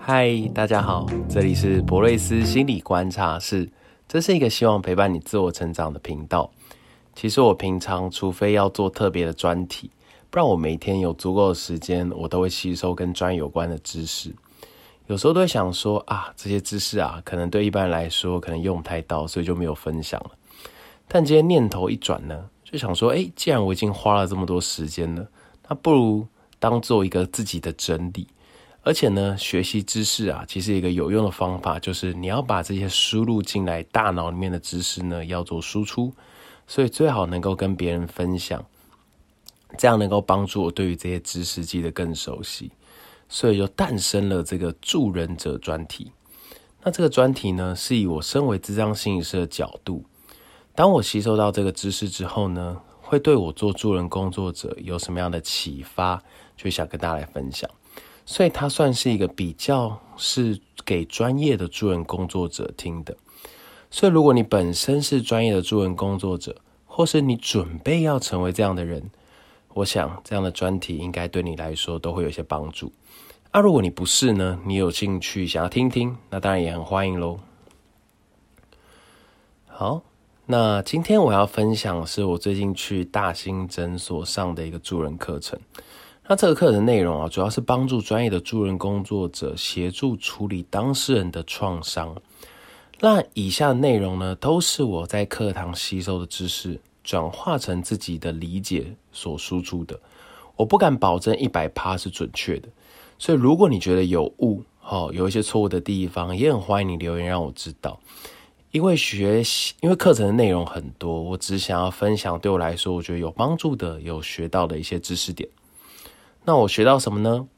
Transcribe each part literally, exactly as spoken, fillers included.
嗨，大家好，这里是博瑞斯心理观察室，这是一个希望陪伴你自我成长的频道。其实我平常除非要做特别的专题，不然我每天有足够的时间，我都会吸收跟专业有关的知识。有时候都会想说啊，这些知识啊，可能对一般人来说可能用不太到，所以就没有分享了。但今天念头一转呢，就想说，诶，既然我已经花了这么多时间了，那不如当做一个自己的整理。而且呢，学习知识啊，其实一个有用的方法就是你要把这些输入进来大脑里面的知识呢，要做输出，所以最好能够跟别人分享，这样能够帮助我对于这些知识记得更熟悉，所以就诞生了这个助人者专题。那这个专题呢，是以我身为諮商心理师的角度，当我吸收到这个知识之后呢，会对我做助人工作者有什么样的启发，就想跟大家来分享。所以它算是一个比较是给专业的助人工作者听的。所以如果你本身是专业的助人工作者，或是你准备要成为这样的人，我想这样的专题应该对你来说都会有一些帮助。啊，如果你不是呢，你有兴趣想要听听，那当然也很欢迎咯。好，那今天我要分享的是我最近去大兴诊所上的一个助人课程。那这个课程内容啊，主要是帮助专业的助人工作者协助处理当事人的创伤。那以下的内容呢，都是我在课堂吸收的知识，转化成自己的理解所输出的。我不敢保证 百分之百 是准确的，所以如果你觉得有误，哦，有一些错误的地方，也很欢迎你留言让我知道。因为学习，因为课程的内容很多，我只想要分享对我来说我觉得有帮助的、有学到的一些知识点。那我学到什么呢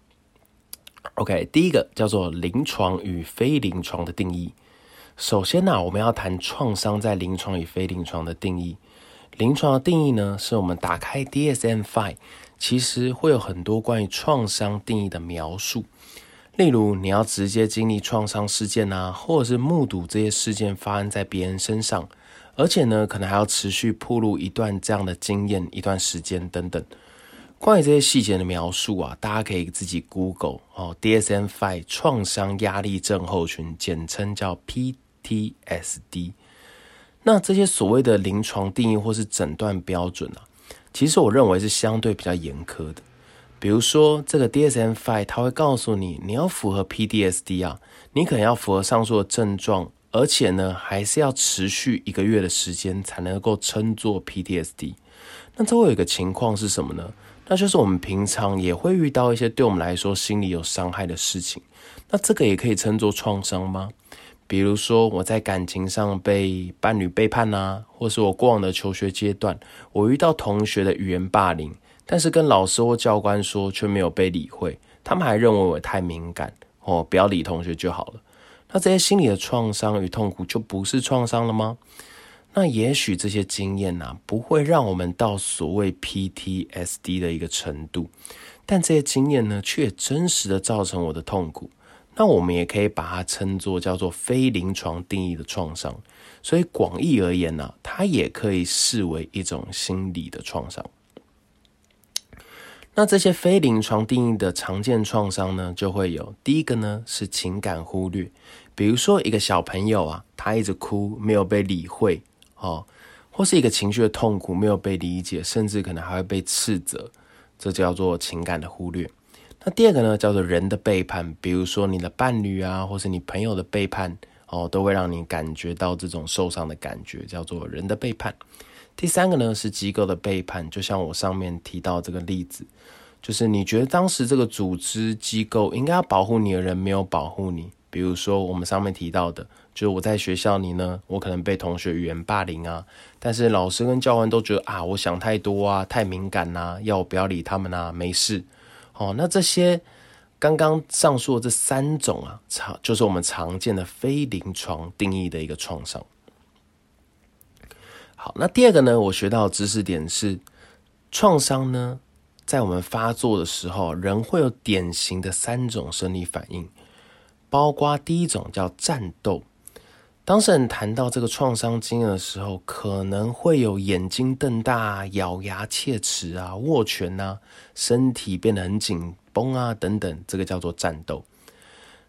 ？OK， 第一个叫做临床与非临床的定义。首先呢、啊，我们要谈创伤在临床与非临床的定义。临床的定义呢，是我们打开 D S M 五， 其实会有很多关于创伤定义的描述。例如，你要直接经历创伤事件啊，或者是目睹这些事件发生在别人身上，而且呢，可能还要持续暴露一段这样的经验、一段时间等等。关于这些细节的描述啊，大家可以自己 Google 哦 D S M 五 创伤压力症候群，简称叫 P T S D。那这些所谓的临床定义或是诊断标准啊，其实我认为是相对比较严苛的。比如说这个 D S M 五 它会告诉你，你要符合 P T S D 啊，你可能要符合上述的症状，而且呢，还是要持续一个月的时间才能够称作 P T S D。那这会有一个情况是什么呢？那就是我们平常也会遇到一些对我们来说心理有伤害的事情，那这个也可以称作创伤吗？比如说我在感情上被伴侣背叛啊，或是我过往的求学阶段，我遇到同学的语言霸凌，但是跟老师或教官说却没有被理会，他们还认为我太敏感哦，不要理同学就好了。那这些心理的创伤与痛苦就不是创伤了吗？那也许这些经验啊，不会让我们到所谓 P T S D 的一个程度，但这些经验呢，却真实的造成我的痛苦。那我们也可以把它称作叫做非临床定义的创伤。所以广义而言啊，它也可以视为一种心理的创伤。那这些非临床定义的常见创伤呢，就会有第一个呢是情感忽略，比如说一个小朋友啊，他一直哭，没有被理会。哦，或是一个情绪的痛苦没有被理解，甚至可能还会被斥责，这叫做情感的忽略。那第二个呢，叫做人的背叛，比如说你的伴侣啊，或是你朋友的背叛，哦，都会让你感觉到这种受伤的感觉，叫做人的背叛。第三个呢，是机构的背叛，就像我上面提到这个例子，就是你觉得当时这个组织机构应该要保护你的人没有保护你。比如说我们上面提到的，就是我在学校里呢，我可能被同学语言霸凌啊，但是老师跟教官都觉得啊，我想太多啊，太敏感啊，要我不要理他们啊，没事。哦，那这些刚刚上述的这三种啊，就是我们常见的非临床定义的一个创伤。好，那第二个呢，我学到的知识点是，创伤呢，在我们发作的时候，人会有典型的三种生理反应。包括第一种叫战斗，当事人谈到这个创伤经验的时候，可能会有眼睛瞪大啊、咬牙切齿啊、握拳啊、身体变得很紧绷啊等等，这个叫做战斗。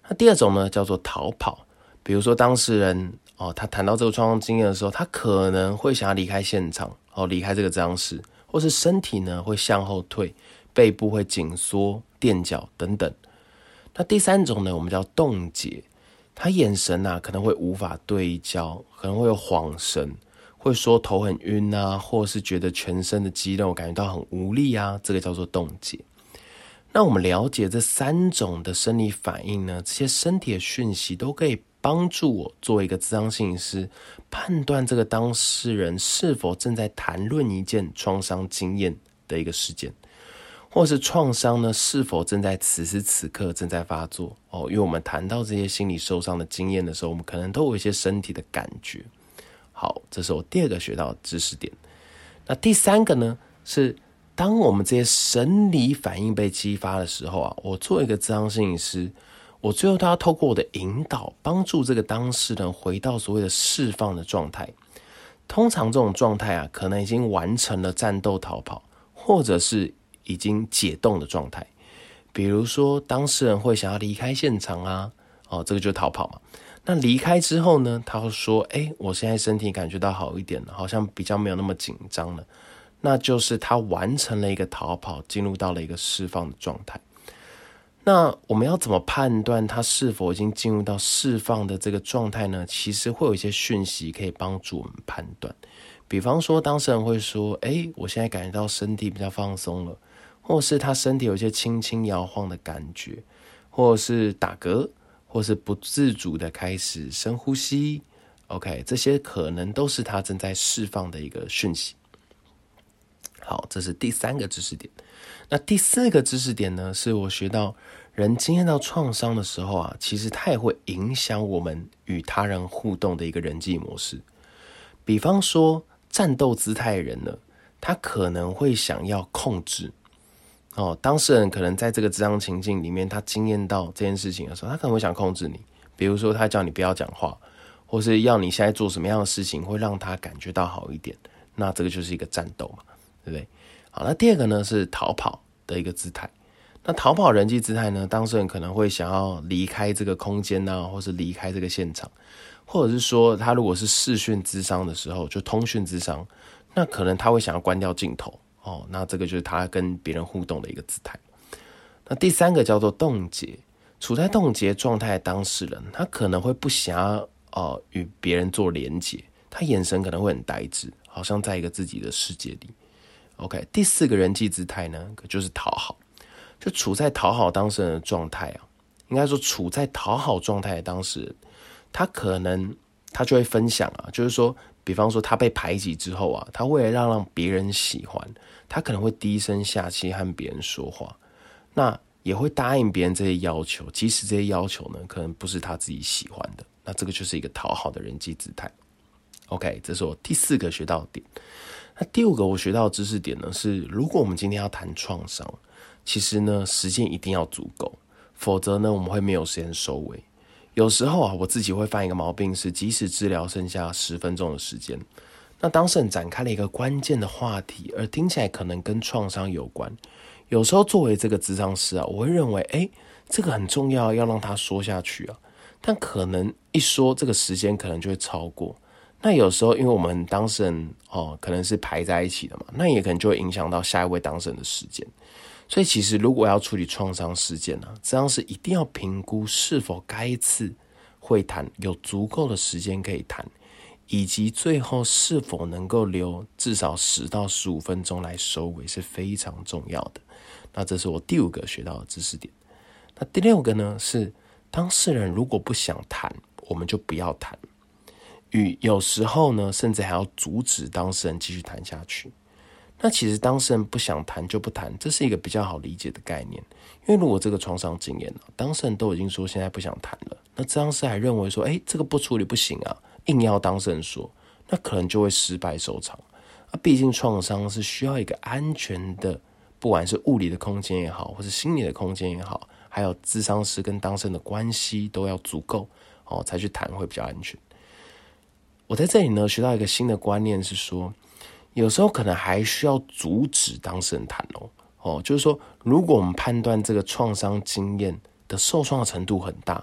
那第二种呢叫做逃跑，比如说当事人哦，他谈到这个创伤经验的时候，他可能会想要离开现场，哦，离开这个咨商室，或是身体呢会向后退，背部会紧缩、垫脚等等。那第三种呢，我们叫冻结，他眼神啊可能会无法对焦，可能会有晃神，会说头很晕啊，或是觉得全身的肌肉感觉到很无力啊，这个叫做冻结。那我们了解这三种的生理反应呢，这些身体的讯息都可以帮助我作为一个咨商心理师，判断这个当事人是否正在谈论一件创伤经验的一个事件，或是创伤呢是否正在此时此刻正在发作哦。因为我们谈到这些心理受伤的经验的时候，我们可能都有一些身体的感觉。好，这是我第二个学到的知识点。那第三个呢，是当我们这些生理反应被激发的时候啊，我作为一个咨商心理师，我最后都要透过我的引导，帮助这个当事人回到所谓的释放的状态。通常这种状态啊，可能已经完成了战斗逃跑，或者是已经解冻的状态。比如说当事人会想要离开现场啊，哦，这个就是逃跑嘛。那离开之后呢，他会说，诶，我现在身体感觉到好一点了，好像比较没有那么紧张了。那就是他完成了一个逃跑，进入到了一个释放的状态。那我们要怎么判断他是否已经进入到释放的这个状态呢？其实会有一些讯息可以帮助我们判断。比方说当事人会说，诶，我现在感觉到身体比较放松了，或是他身体有一些轻轻摇晃的感觉，或者是打嗝，或是不自主的开始深呼吸。 OK， 这些可能都是他正在释放的一个讯息。好，这是第三个知识点。那第四个知识点呢，是我学到人经验到创伤的时候啊，其实它也会影响我们与他人互动的一个人际模式。比方说战斗姿态的人呢，他可能会想要控制哦，当事人可能在这个咨商情境里面，他经验到这件事情的时候，他可能会想控制你。比如说他叫你不要讲话，或是要你现在做什么样的事情会让他感觉到好一点，那这个就是一个战斗嘛，对不对？好，那第二个呢是逃跑的一个姿态。那逃跑人际姿态呢，当事人可能会想要离开这个空间啊，或是离开这个现场，或者是说他如果是视讯咨商的时候，就通讯咨商，那可能他会想要关掉镜头哦，那这个就是他跟别人互动的一个姿态。那第三个叫做冻结，处在冻结状态的当事人，他可能会不想要呃与别人做连结，他眼神可能会很呆滞，好像在一个自己的世界里。OK， 第四个人际姿态呢，就是讨好，就处在讨好当事人的状态啊，应该说处在讨好状态的当事人，他可能他就会分享啊，就是说，比方说他被排挤之后啊，他为了让让别人喜欢，他可能会低声下气和别人说话，那也会答应别人这些要求，即使这些要求呢，可能不是他自己喜欢的，那这个就是一个讨好的人际姿态。OK， 这是我第四个学到的点。那第五个我学到的知识点呢，是如果我们今天要谈创伤，其实呢时间一定要足够，否则呢我们会没有时间收尾。有时候啊，我自己会犯一个毛病是，即使治疗剩下十分钟的时间，那当事人展开了一个关键的话题，而听起来可能跟创伤有关，有时候作为这个咨商师啊，我会认为诶这个很重要，要让他说下去啊，但可能一说这个时间可能就会超过。那有时候因为我们当事人哦可能是排在一起的嘛，那也可能就会影响到下一位当事人的时间。所以其实如果要处理创伤事件呢、啊，咨商师一定要评估是否该次会谈有足够的时间可以谈，以及最后是否能够留至少十到十五分钟来收尾是非常重要的。那这是我第五个学到的知识点。那第六个呢是，当事人如果不想谈，我们就不要谈。与有时候呢，甚至还要阻止当事人继续谈下去。那其实当事人不想谈就不谈，这是一个比较好理解的概念。因为如果这个创伤经验、啊、当事人都已经说现在不想谈了，那咨商师还认为说，哎，这个不处理不行啊，硬要当事人说，那可能就会失败收场。啊，毕竟创伤是需要一个安全的，不管是物理的空间也好，或是心理的空间也好，还有咨商师跟当事人的关系都要足够哦，才去谈会比较安全。我在这里呢学到一个新的观念是说，有时候可能还需要阻止当事人谈哦。哦，就是说，如果我们判断这个创伤经验的受创程度很大，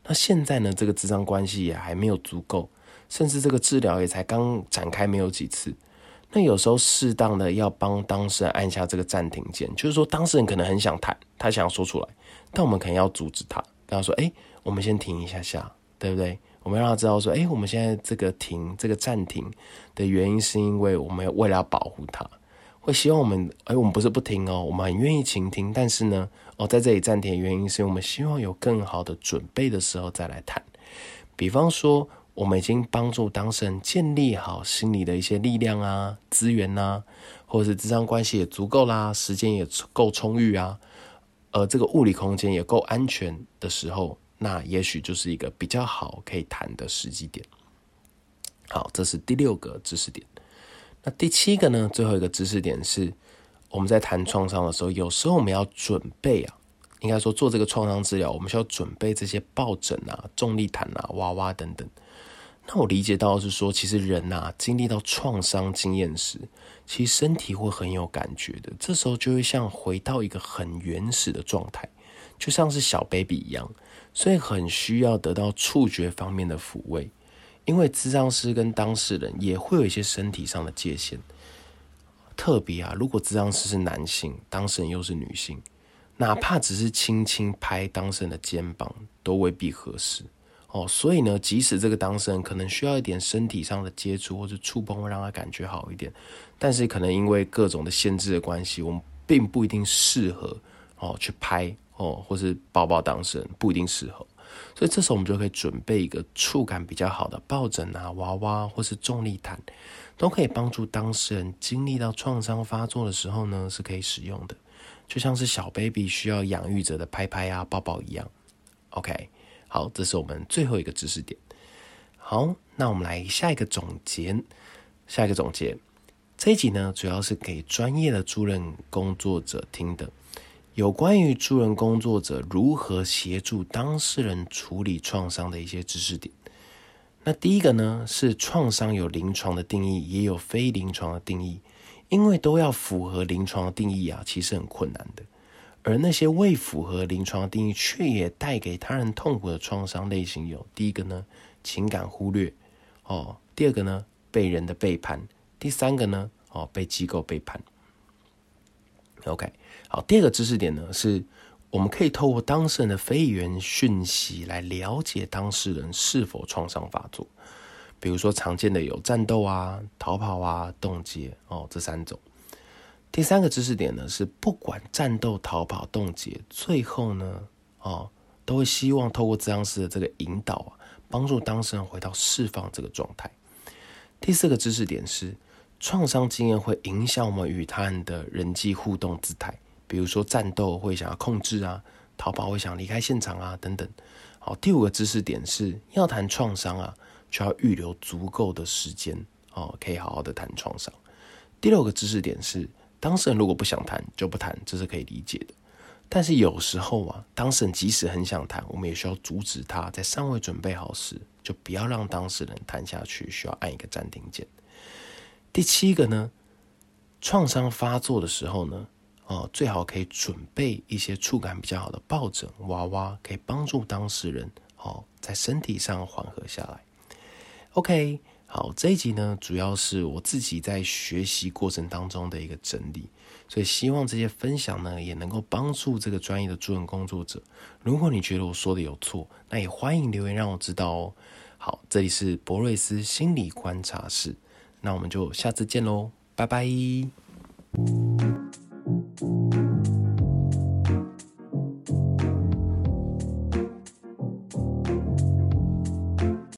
那现在呢，这个咨商关系也还没有足够，甚至这个治疗也才刚展开没有几次。那有时候适当的要帮当事人按下这个暂停键，就是说当事人可能很想谈，他想说出来，但我们可能要阻止他，跟他说，哎，我们先停一下下，对不对？我们让他知道说，哎，我们现在这个停，这个暂停的原因是因为我们为了要保护他，会希望我们，哎，我们不是不听哦，我们很愿意倾听，但是呢，哦，在这里暂停的原因是因为我们希望有更好的准备的时候再来谈。比方说，我们已经帮助当事人建立好心理的一些力量啊、资源啊，或者是咨商关系也足够啦，时间也够充裕啊，呃，这个物理空间也够安全的时候，那也许就是一个比较好可以谈的时机点。好，这是第六个知识点。那第七个呢，最后一个知识点是，我们在谈创伤的时候，有时候我们要准备啊，应该说做这个创伤治疗，我们需要准备这些抱枕啊、重力毯啊、娃娃等等。那我理解到的是说，其实人啊经历到创伤经验时，其实身体会很有感觉的，这时候就会像回到一个很原始的状态，就像是小 baby 一样，所以很需要得到触觉方面的抚慰。因为咨商师跟当事人也会有一些身体上的界限，特别啊，如果咨商师是男性，当事人又是女性，哪怕只是轻轻拍当事人的肩膀，都未必合适。哦，所以呢，即使这个当事人可能需要一点身体上的接触或者触碰，会让他感觉好一点，但是可能因为各种的限制的关系，我们并不一定适合哦去拍哦，或是抱抱当事人，不一定适合。所以这时候我们就可以准备一个触感比较好的抱枕啊、娃娃或是重力毯，都可以帮助当事人经历到创伤发作的时候呢，是可以使用的，就像是小 baby 需要养育者的拍拍啊、抱抱一样。OK。好，这是我们最后一个知识点。好，那我们来下一个总结。下一个总结，这一集呢，主要是给专业的助人工作者听的，有关于助人工作者如何协助当事人处理创伤的一些知识点。那第一个呢，是创伤有临床的定义，也有非临床的定义，因为都要符合临床的定义啊，其实很困难的。而那些未符合临床定义却也带给他人痛苦的创伤类型有：第一个呢，情感忽略哦；第二个呢，被人的背叛；第三个呢，哦，被机构背叛。OK， 好，第二个知识点呢，是我们可以透过当事人的非语言讯息来了解当事人是否创伤发作。比如说常见的有战斗啊、逃跑啊、冻结哦这三种。第三个知识点呢，是不管战斗、逃跑、冻结，最后呢，哦，都会希望透过咨商师的这个引导啊，帮助当事人回到释放这个状态。第四个知识点是，创伤经验会影响我们与他人的人际互动姿态，比如说战斗会想要控制啊，逃跑会想离开现场啊，等等。好，第五个知识点是要谈创伤啊，就要预留足够的时间哦，可以好好的谈创伤。第六个知识点是，当事人如果不想谈就不谈，这是可以理解的。但是有时候啊，当事人即使很想谈，我们也需要阻止他，在尚未准备好时，就不要让当事人谈下去，需要按一个暂停键。第七个呢，创伤发作的时候呢，哦，最好可以准备一些触感比较好的抱枕、娃娃，可以帮助当事人哦，在身体上缓和下来。OK。好，这一集呢，主要是我自己在学习过程当中的一个整理，所以希望这些分享呢，也能够帮助这个专业的助人工作者。如果你觉得我说的有错，那也欢迎留言让我知道哦。好，这里是博瑞斯心理观察室，那我们就下次见喽，拜拜。